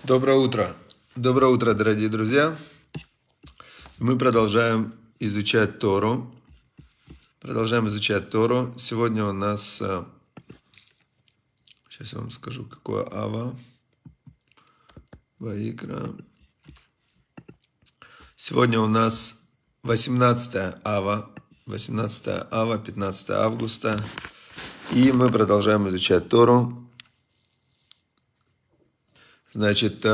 Доброе утро. Доброе утро, дорогие друзья. Мы продолжаем изучать Тору. Сегодня у нас, сейчас я вам скажу, какое Ава. Ваикра. Сегодня у нас 18 Ава. 15 августа. И мы продолжаем изучать Тору. Значит,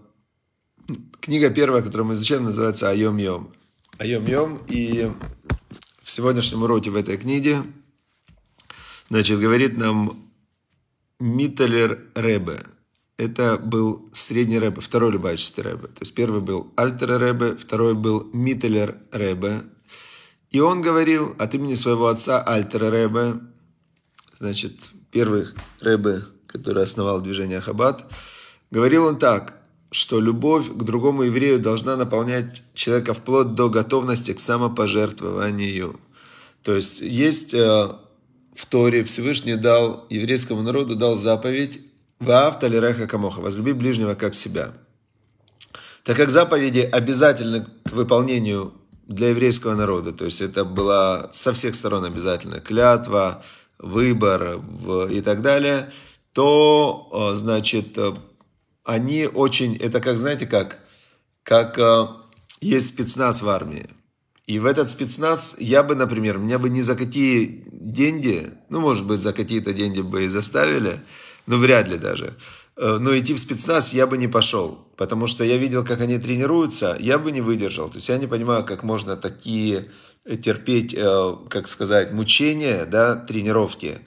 книга первая, которую мы изучаем, называется Айом-Йом. Айом-Йом. И в сегодняшнем уроке в этой книге, значит, говорит нам Миттелер Ребе. Это был средний Ребе, второй Любавический Ребе. То есть первый был Альтер Ребе, второй был Миттелер Ребе. И он говорил от имени своего отца Альтер Ребе, значит, первый Ребе, который основал движение Хаббат, говорил он так, что любовь к другому еврею должна наполнять человека вплоть до готовности к самопожертвованию. То есть в Торе Всевышний дал еврейскому народу заповедь «Ваавта лиреха камоха» – «Возлюби ближнего как себя». Так как заповеди обязательны к выполнению для еврейского народа, то есть это было со всех сторон обязательно, клятва, выбор и так далее, то, значит, они очень, это как, знаете, как есть спецназ в армии. И в этот спецназ я бы, например, меня бы ни за какие деньги, ну, может быть, за какие-то деньги бы и заставили, но вряд ли даже. Но идти в спецназ я бы не пошел, потому что я видел, как они тренируются, я бы не выдержал. То есть я не понимаю, как можно такие терпеть, как сказать, мучения, да, тренировки,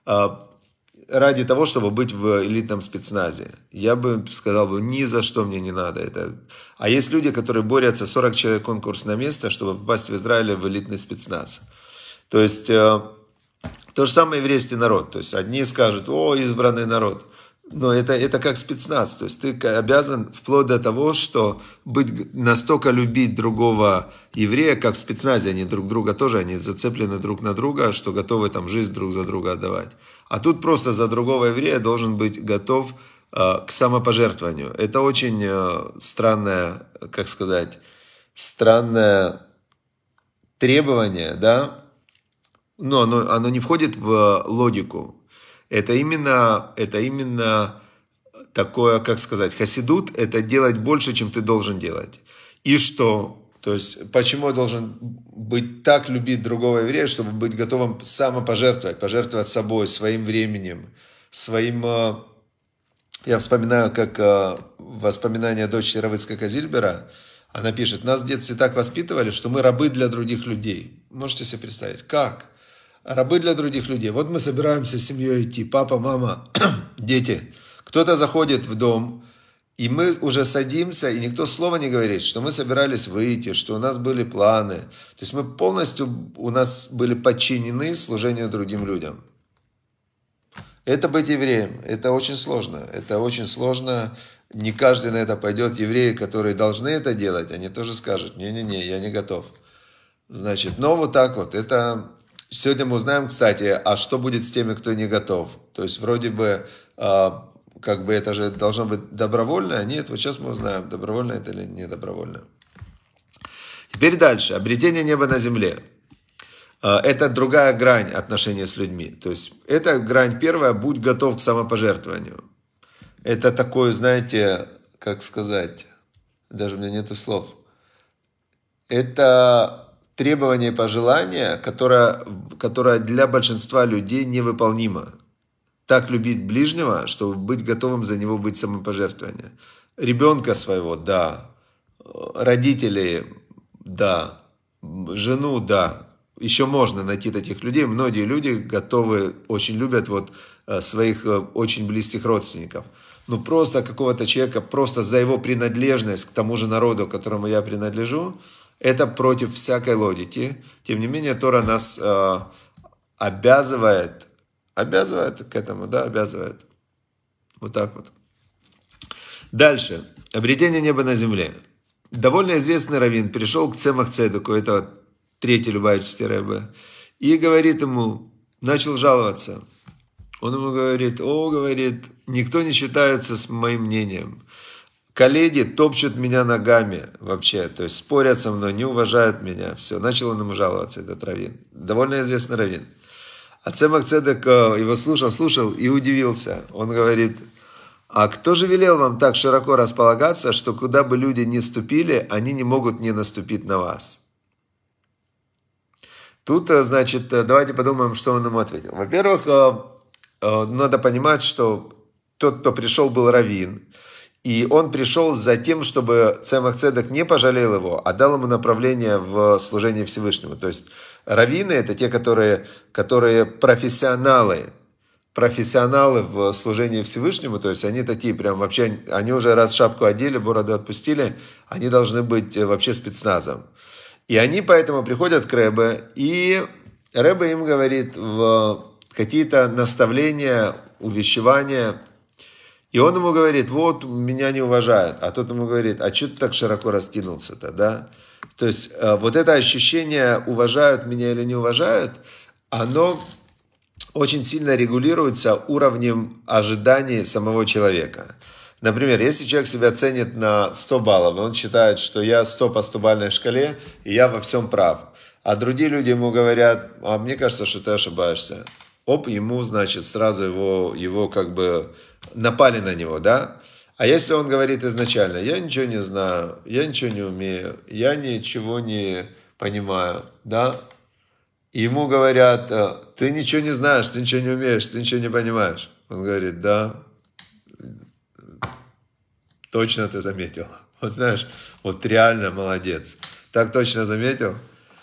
ради того, чтобы быть в элитном спецназе. Я бы сказал, ни за что мне не надо это. А есть люди, которые борются, 40 человек конкурс на место, чтобы попасть в Израиль в элитный спецназ. То есть, то же самое еврейский народ. То есть, одни скажут, о, избранный народ. Но это как спецназ. То есть, ты обязан вплоть до того, что настолько любить другого еврея, как в спецназе. Они друг друга тоже, они зацеплены друг на друга, что готовы там жизнь друг за друга отдавать. А тут просто за другого еврея должен быть готов к самопожертвованию. Это очень странное, как сказать, странное требование, да? Но оно не входит в логику. Это именно такое, как сказать, хасидут, это делать больше, чем ты должен делать. И что? То есть, почему я должен быть так любить другого еврея, чтобы быть готовым пожертвовать собой, своим временем, своим... Я вспоминаю, как воспоминания дочери Рава Ицхака Зильбера, она пишет, нас в детстве так воспитывали, что мы рабы для других людей. Можете себе представить, как? Рабы для других людей. Вот мы собираемся с семьей идти, папа, мама, дети. Кто-то заходит в дом, и мы уже садимся, и никто слова не говорит, что мы собирались выйти, что у нас были планы. То есть мы полностью, у нас были подчинены служению другим людям. Это быть евреем, это очень сложно. Это очень сложно. Не каждый на это пойдет. Евреи, которые должны это делать, они тоже скажут, не-не-не, я не готов. Значит, но вот так вот. Это... Сегодня мы узнаем, кстати, а что будет с теми, кто не готов. То есть вроде бы... Как бы это же должно быть добровольно. Нет, вот сейчас мы узнаем, добровольно это или не добровольно. Теперь дальше. Обретение неба на земле. Это другая грань отношений с людьми. То есть это грань первая, будь готов к самопожертвованию. Это такое, знаете, как сказать, даже у меня нету слов. Это требование и пожелание, которое для большинства людей невыполнимо. Так любить ближнего, чтобы быть готовым за него быть самопожертвованием. Ребенка своего, да. Родителей, да. Жену, да. Еще можно найти таких людей. Многие люди готовы, очень любят своих очень близких родственников. Ну, просто какого-то человека, просто за его принадлежность к тому же народу, к которому я принадлежу, это против всякой логики. Тем не менее, Тора нас обязывает к этому, да, обязывает. Вот так вот. Дальше. Обретение неба на земле. Довольно известный раввин пришел к Цемах Цедеку, это третий Любавический Ребе, и говорит ему, начал жаловаться. Он ему говорит, говорит, никто не считается с моим мнением. коллеги топчут меня ногами вообще, то есть спорят со мной, не уважают меня. Все, начал он ему жаловаться, этот раввин. Довольно известный раввин. А Цемах Цедек его слушал и удивился. Он говорит: а кто же велел вам так широко располагаться, что куда бы люди ни ступили, они не могут не наступить на вас? Тут, значит, давайте подумаем, что он ему ответил. Во-первых, надо понимать, что тот, кто пришел, был раввин. И он пришел за тем, чтобы Цемах Цедек не пожалел его, а дал ему направление в служение Всевышнему. То есть раввины — это те, которые профессионалы в служении Всевышнему. То есть они такие прям вообще, они уже раз шапку одели, бороду отпустили, они должны быть вообще спецназом. И они поэтому приходят к Ребе, и Ребе им говорит в какие-то наставления, увещевания. И он ему говорит: вот меня не уважают. А тот ему говорит: а что ты так широко раскинулся-то, да? То есть вот это ощущение, уважают меня или не уважают, оно очень сильно регулируется уровнем ожиданий самого человека. Например, если человек себя ценит на 100 баллов, он считает, что я 100 по 100-бальной шкале, и я во всем прав. А другие люди ему говорят: а мне кажется, что ты ошибаешься. Оп, ему, значит, сразу его как бы напали на него, да? А если он говорит изначально: я ничего не знаю, я ничего не умею, я ничего не понимаю, да? И ему говорят: ты ничего не знаешь, ты ничего не умеешь, ты ничего не понимаешь. Он говорит: да, точно ты заметил. Вот знаешь, вот реально молодец. Так точно заметил.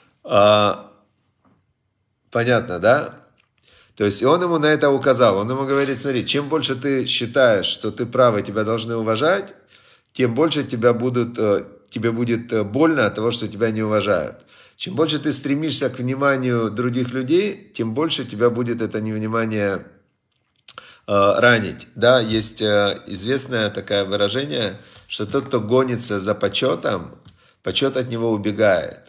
Понятно, да? То есть, и он ему на это указал. Он ему говорит: смотри, чем больше ты считаешь, что ты прав и тебя должны уважать, тем больше тебе будет больно от того, что тебя не уважают. Чем больше ты стремишься к вниманию других людей, тем больше тебя будет это невнимание ранить. Да, есть известное такое выражение, что тот, кто гонится за почетом, почет от него убегает.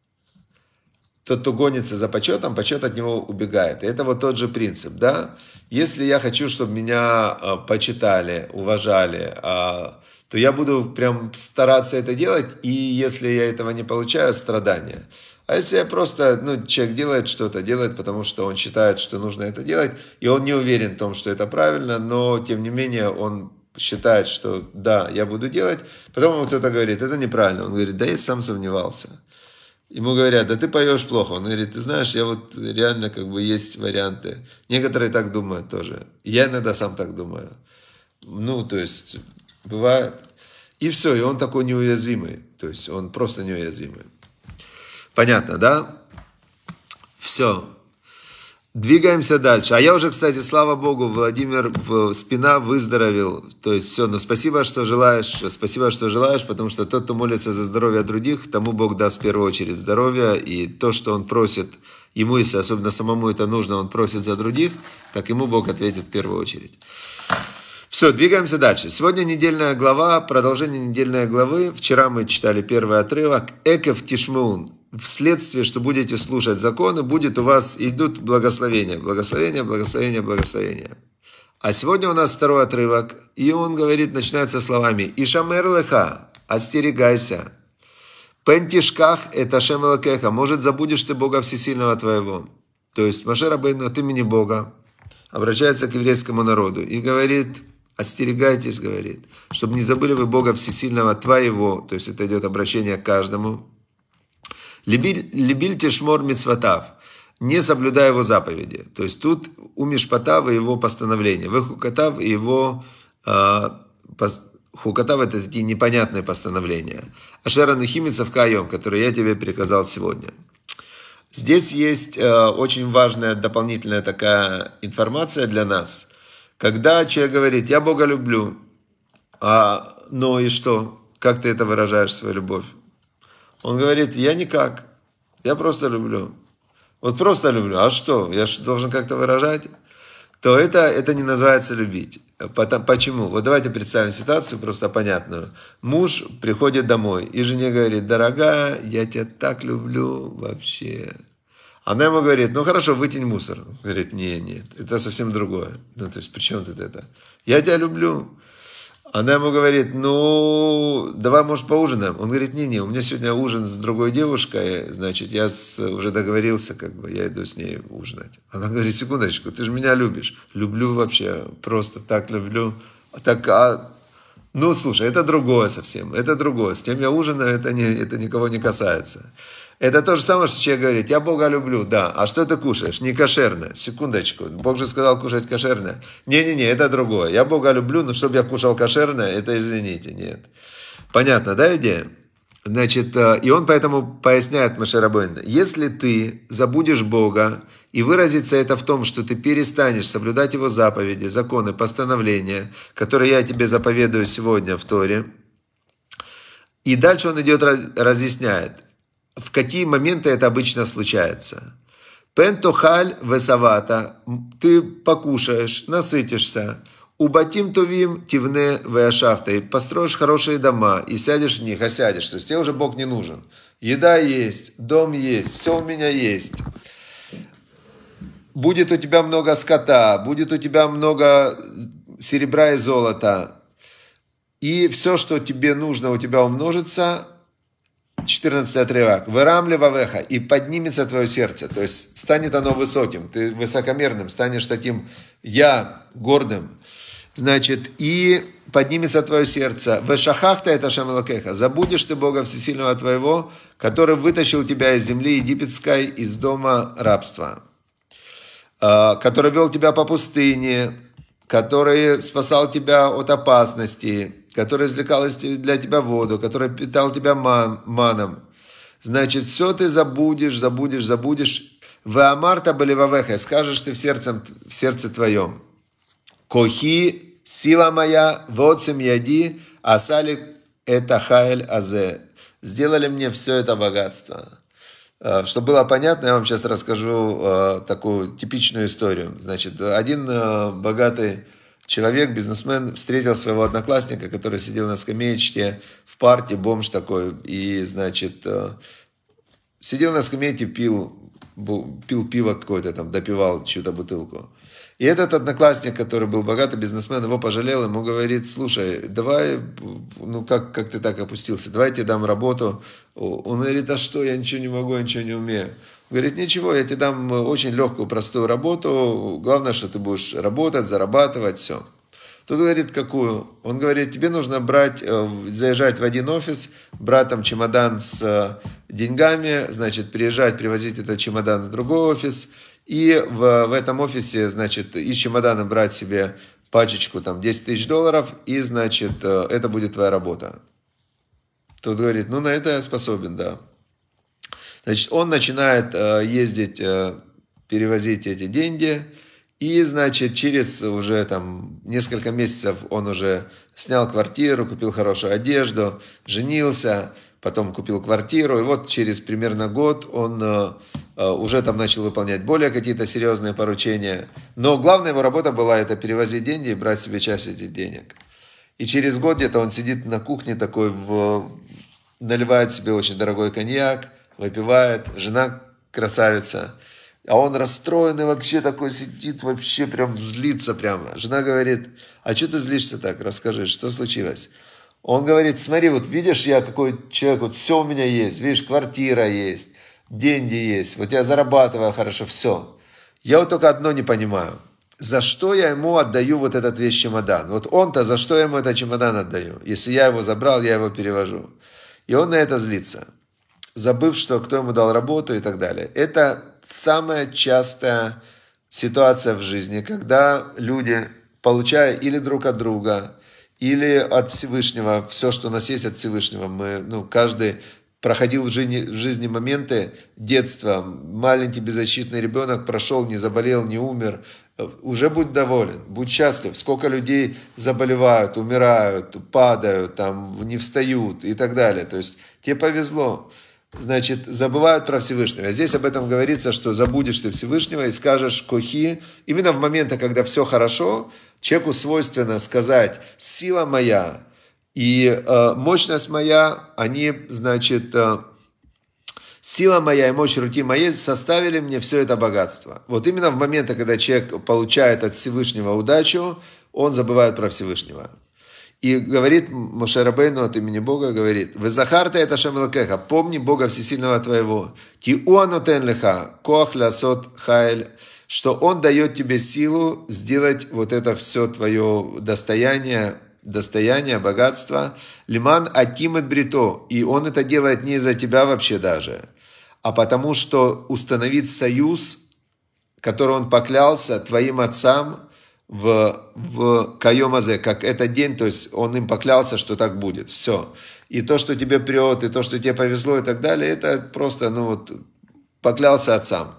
Тот, кто гонится за почетом, почет от него убегает. И это вот тот же принцип, да? Если я хочу, чтобы меня почитали, уважали, то я буду прям стараться это делать, и если я этого не получаю, страдания. А если я просто, человек делает, потому что он считает, что нужно это делать, и он не уверен в том, что это правильно, но тем не менее он считает, что да, я буду делать, потом ему кто-то говорит: это неправильно. Он говорит: да, я сам сомневался. Ему говорят: да ты поешь плохо. Он говорит: ты знаешь, я вот реально есть варианты. Некоторые так думают тоже. Я иногда сам так думаю. То есть, бывает. И все, и он такой неуязвимый. То есть, он просто неуязвимый. Понятно, да? Все. Двигаемся дальше. А я уже, кстати, слава Богу, Владимир, спина выздоровел. То есть все, но спасибо, что желаешь, потому что тот, кто молится за здоровье других, тому Бог даст в первую очередь здоровье. И то, что он просит, ему, если особенно самому это нужно, он просит за других, так ему Бог ответит в первую очередь. Все, двигаемся дальше. Сегодня недельная глава, продолжение недельной главы. Вчера мы читали первый отрывок. Экев Тишмеун. Вследствие, что будете слушать законы, идут благословения. Благословения, благословения, благословения. А сегодня у нас второй отрывок. И он говорит, начинается словами: Ишамер леха, остерегайся. Пентишках это Шем Элокеха. Может, забудешь ты Бога Всесильного твоего. То есть Моше Рабейну от имени Бога обращается к еврейскому народу и говорит: остерегайтесь, говорит, чтобы не забыли вы Бога Всесильного твоего. То есть это идет обращение к каждому. Либиль тишмор мицватав, не соблюдая его заповеди. То есть тут у Мишпатав и его постановления. Хукатав и его... Хукатав — это такие непонятные постановления. Ашера Нехимицев Кайом, которые я тебе приказал сегодня. Здесь есть очень важная дополнительная такая информация для нас. Когда человек говорит: я Бога люблю, ну и что? Как ты это выражаешь, свою любовь? Он говорит: я никак, я просто люблю. Вот просто люблю, а что? Я же должен как-то выражать? То это не называется любить. Почему? Вот давайте представим ситуацию просто понятную. Муж приходит домой и жене говорит: дорогая, я тебя так люблю вообще. Она ему говорит: ну хорошо, выкинь мусор. Он говорит: нет, это совсем другое. То есть при чем тут это? Я тебя люблю. Она ему говорит, ну, давай, может, поужинаем. Он говорит, не-не, у меня сегодня ужин с другой девушкой, значит, уже договорился, как бы, я иду с ней ужинать. Она говорит, секундочку, ты же меня любишь. Люблю вообще, просто так люблю. Ну, слушай, это другое совсем, это другое. С кем я ужинаю, это никого не касается. Это то же самое, что человек говорит, я Бога люблю, да, а что ты кушаешь? Не кошерное, секундочку, Бог же сказал кушать кошерное. Не-не-не, это другое, я Бога люблю, но чтобы я кушал кошерное, это извините, нет. Понятно, да, идея? Значит, и он поэтому поясняет Моше Рабейну, если ты забудешь Бога, и выразится это в том, что ты перестанешь соблюдать Его заповеди, законы, постановления, которые я тебе заповедую сегодня в Торе, и дальше он идет, разъясняет, в какие моменты это обычно случается. Пентохаль весавата, ты покушаешь, насытишься. Убатим тувим тивне веашафта, и построишь хорошие дома, и сядешь в них, осядешь. То есть тебе уже Бог не нужен. Еда есть, дом есть, все у меня есть. Будет у тебя много скота, будет у тебя много серебра и золота. И все, что тебе нужно, у тебя умножится. 14 отрывок. «Вырам левавеха» и поднимется твое сердце. То есть станет оно высоким. Ты высокомерным, станешь таким «я» гордым. Значит, и поднимется твое сердце. «Вешахахта это шамалакеха». Забудешь ты Бога Всесильного твоего, который вытащил тебя из земли египетской, из дома рабства. Который вел тебя по пустыне, который спасал тебя от опасности, который извлекал для тебя воду, который питал тебя маном. Значит, все ты забудешь. Веамарта балевавеха, скажешь ты в сердце твоем. Кохи, сила моя, воцим яди, асали это хаэль азе. Сделали мне все это богатство. Чтобы было понятно, я вам сейчас расскажу такую типичную историю. Значит, один богатый человек, бизнесмен, встретил своего одноклассника, который сидел на скамеечке в парке, бомж такой, и, значит, сидел на скамейке, пил пиво какое-то там, допивал чью-то бутылку. И этот одноклассник, который был богатый бизнесмен, его пожалел, ему говорит, слушай, давай, ну как ты так опустился, давай я тебе дам работу. Он говорит, а что, я ничего не могу, я ничего не умею. Он говорит, ничего, я тебе дам очень легкую, простую работу, главное, что ты будешь работать, зарабатывать, все. Тут говорит, какую? Он говорит, тебе нужно заезжать в один офис, брать там чемодан с деньгами, значит, приезжать, привозить этот чемодан в другой офис, и в этом офисе, значит, из чемодана брать себе пачечку, там, $10 тысяч, и, значит, это будет твоя работа. Тут говорит, ну, на это я способен, да. Значит, он начинает ездить, перевозить эти деньги, и, значит, через уже там несколько месяцев он уже снял квартиру, купил хорошую одежду, женился, потом купил квартиру, и вот через примерно год он уже там начал выполнять более какие-то серьезные поручения. Но главная его работа была это перевозить деньги и брать себе часть этих денег. И через год где-то он сидит на кухне такой, наливает себе очень дорогой коньяк, выпивает, жена красавица. А он расстроенный вообще такой сидит, вообще прям злится прямо. Жена говорит, а что ты злишься так, расскажи, что случилось? Он говорит, смотри, вот видишь, я какой человек, вот все у меня есть, видишь, квартира есть, деньги есть, вот я зарабатываю хорошо, все. Я вот только одно не понимаю, за что я ему отдаю вот этот весь чемодан? Вот он-то, за что я ему этот чемодан отдаю? Если я его забрал, я его перевожу. И он на это злится, забыв, что кто ему дал работу и так далее. Это самая частая ситуация в жизни, когда люди, получая или друг от друга, или от Всевышнего, все, что у нас есть от Всевышнего, каждый проходил в жизни моменты детства, маленький беззащитный ребенок прошел, не заболел, не умер, уже будь доволен, будь счастлив. Сколько людей заболевают, умирают, падают, там, не встают и так далее. То есть тебе повезло. Значит, забывают про Всевышнего. Здесь об этом говорится, что забудешь ты Всевышнего и скажешь кохи. Именно в моменты, когда все хорошо, человеку свойственно сказать «сила моя» и «мощность моя», они, значит, «сила моя и мощь руки моей составили мне все это богатство». Вот именно в моменты, когда человек получает от Всевышнего удачу, он забывает про Всевышнего. И говорит Моше Рабейну от имени Бога, говорит, «Вы захарта это Ашем Элокеха, помни Бога Всесильного твоего, ки уанотен леха, коах ласот хайль, что Он дает тебе силу сделать вот это все твое достояние, богатство, лиман атимет брито, и Он это делает не из-за тебя вообще даже, а потому что установить союз, который Он поклялся твоим отцам, в Кайомазе, как этот день, то есть он им поклялся, что так будет, все. И то, что тебе прет, и то, что тебе повезло и так далее, это просто, поклялся отцам.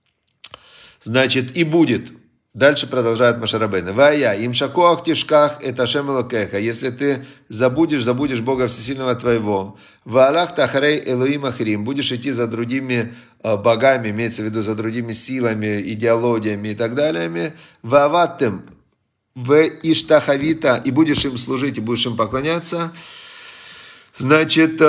Значит, и будет. Дальше продолжает Моше Рабейну. Вая, им шакоах тишках, это Ашем Элокеха. Если ты забудешь Бога Всесильного твоего. Ваалах тахарей Элоим ахрим. Будешь идти за другими богами, имеется в виду за другими силами, идеологиями и так далее. Вааваттем в иштахавита. И будешь им служить, и будешь им поклоняться. Значит,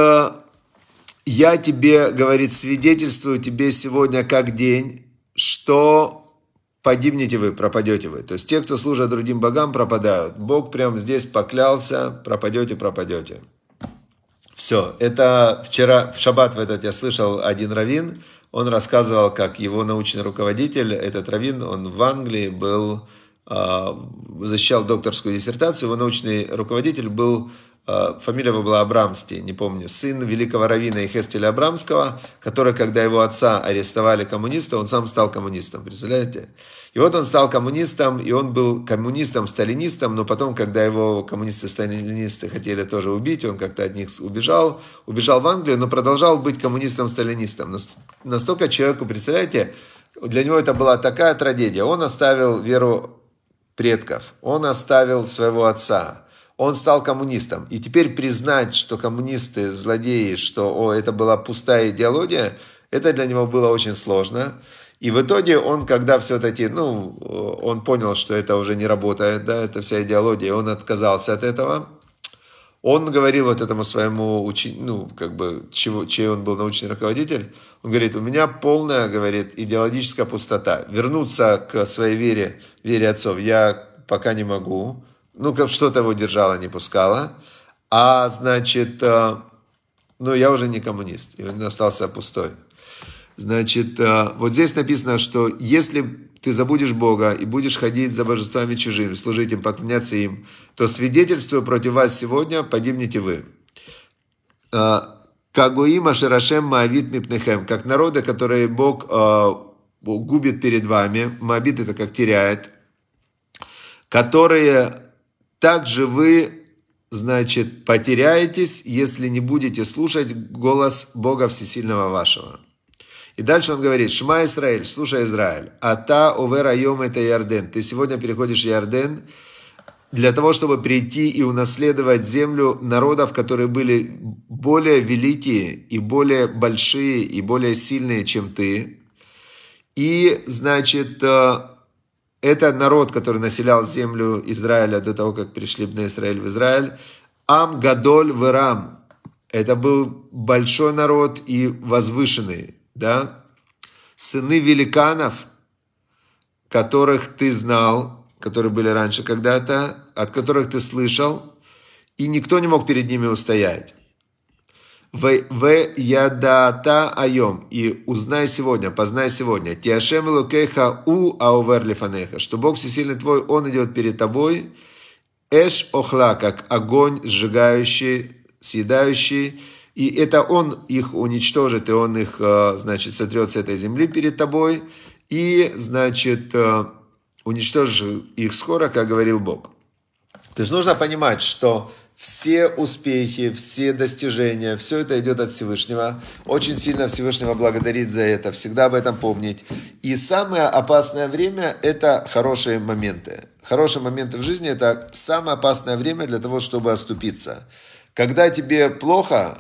я тебе, говорит, свидетельствую тебе сегодня как день, что погибнете вы, пропадете вы. То есть те, кто служат другим богам, пропадают. Бог прямо здесь поклялся, пропадете. Все. Это вчера в шаббат в этот я слышал один раввин. Он рассказывал, как его научный руководитель, этот раввин, он в Англии был, защищал докторскую диссертацию. Его научный руководитель был, фамилия его была Абрамский, не помню, сын великого раввина Ихескеля Абрамского, который, когда его отца арестовали коммуниста, он сам стал коммунистом, представляете? И вот он стал коммунистом, и он был коммунистом-сталинистом, но потом, когда его коммунисты-сталинисты хотели тоже убить, он как-то от них убежал в Англию, но продолжал быть коммунистом-сталинистом. Настолько человеку, представляете, для него это была такая трагедия. Он оставил веру предков, он оставил своего отца, он стал коммунистом. И теперь признать, что коммунисты злодеи, что это была пустая идеология, это для него было очень сложно. И в итоге он, когда все-таки, он понял, что это уже не работает, да, это вся идеология, он отказался от этого. Он говорил вот этому своему чей он был научный руководитель, он говорит, у меня полная, говорит, идеологическая пустота. Вернуться к своей вере отцов я пока не могу. Что-то его держало, не пускало. А значит, я уже не коммунист, и он остался пустой. Значит, вот здесь написано, что если ты забудешь Бога и будешь ходить за божествами чужими, служить им, поклоняться им, то свидетельствую против вас сегодня, погибнете вы. Кагуим ашерашем маавит мипнехем, как народы, которые Бог губит перед вами, маавит это как теряет, которые также вы, значит, потеряетесь, если не будете слушать голос Бога Всесильного вашего. И дальше он говорит, Шма Исраэль, слушай Израиль, ата овер айом это Ярден, ты сегодня переходишь Ярден для того, чтобы прийти и унаследовать землю народов, которые были более великие и более большие и более сильные, чем ты. И, значит, это народ, который населял землю Израиля до того, как пришли бне Израиль в Израиль. Ам Гадоль Верам. Это был большой народ и возвышенный. Да? Сыны великанов, которых ты знал, которые были раньше когда-то, от которых ты слышал, и никто не мог перед ними устоять. В ядата айом, и узнай сегодня, познай сегодня, тиашем элокейха у аувер лифанеха, что Бог Всесильный твой, Он идет перед тобой, эш охла, как огонь сжигающий, съедающий, и это Он их уничтожит, и Он их, значит, сотрет с этой земли перед тобой, и, значит, уничтожит их скоро, как говорил Бог. То есть нужно понимать, что все успехи, все достижения, все это идет от Всевышнего. Очень сильно Всевышнего благодарить за это, всегда об этом помнить. И самое опасное время – это хорошие моменты. Хорошие моменты в жизни – это самое опасное время для того, чтобы оступиться. Когда тебе плохо,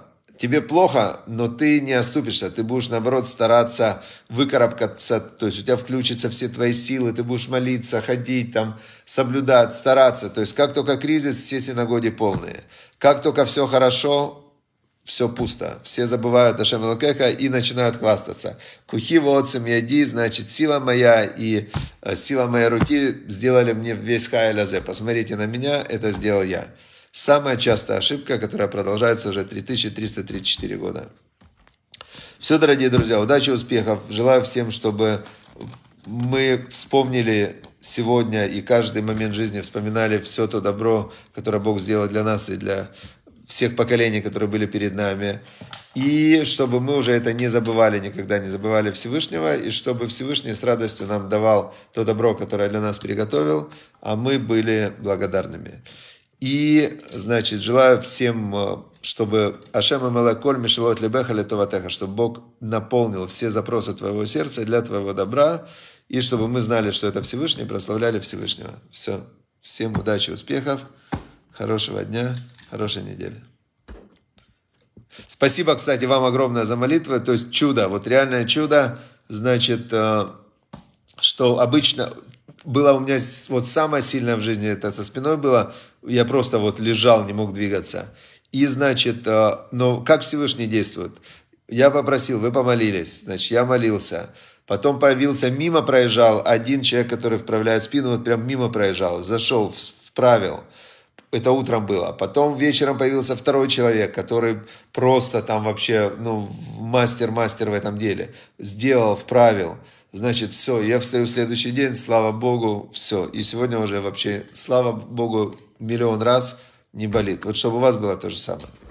но ты не оступишься, ты будешь, наоборот, стараться выкарабкаться, то есть у тебя включатся все твои силы, ты будешь молиться, ходить, соблюдать, стараться. То есть как только кризис, все синагоги полные. Как только все хорошо, все пусто. Все забывают Ашем Элокеха и начинают хвастаться. Кухи воцем яди, значит, сила моя и сила моей руки сделали мне весь хайль азе. Посмотрите на меня, это сделал я. Самая частая ошибка, которая продолжается уже 3334 года. Все, дорогие друзья, удачи, успехов. Желаю всем, чтобы мы вспомнили сегодня и каждый момент жизни вспоминали все то добро, которое Бог сделал для нас и для всех поколений, которые были перед нами. И чтобы мы уже это не забывали, никогда не забывали Всевышнего, и чтобы Всевышний с радостью нам давал то добро, которое для нас приготовил, а мы были благодарными. И, значит, желаю всем, чтобы Ашем Амелек Коль Мишелот Лебеха Летоватеха, чтобы Бог наполнил все запросы твоего сердца для твоего добра, и чтобы мы знали, что это Всевышний, прославляли Всевышнего. Все. Всем удачи, успехов, хорошего дня, хорошей недели. Спасибо, кстати, вам огромное за молитвы. То есть чудо, вот реальное чудо, значит, что обычно было у меня вот самое сильное в жизни, это со спиной было, я просто вот лежал, не мог двигаться. И, значит, но как Всевышний действует? Я попросил, вы помолились, значит, я молился. Потом появился, мимо проезжал один человек, который вправляет спину, вот прям мимо проезжал, зашел, вправил. Это утром было. Потом вечером появился второй человек, который просто там вообще, мастер в этом деле. Сделал, вправил. Значит, все, я встаю в следующий день, слава Богу, все. И сегодня уже вообще, слава Богу, миллион раз не болит. Вот чтобы у вас было то же самое.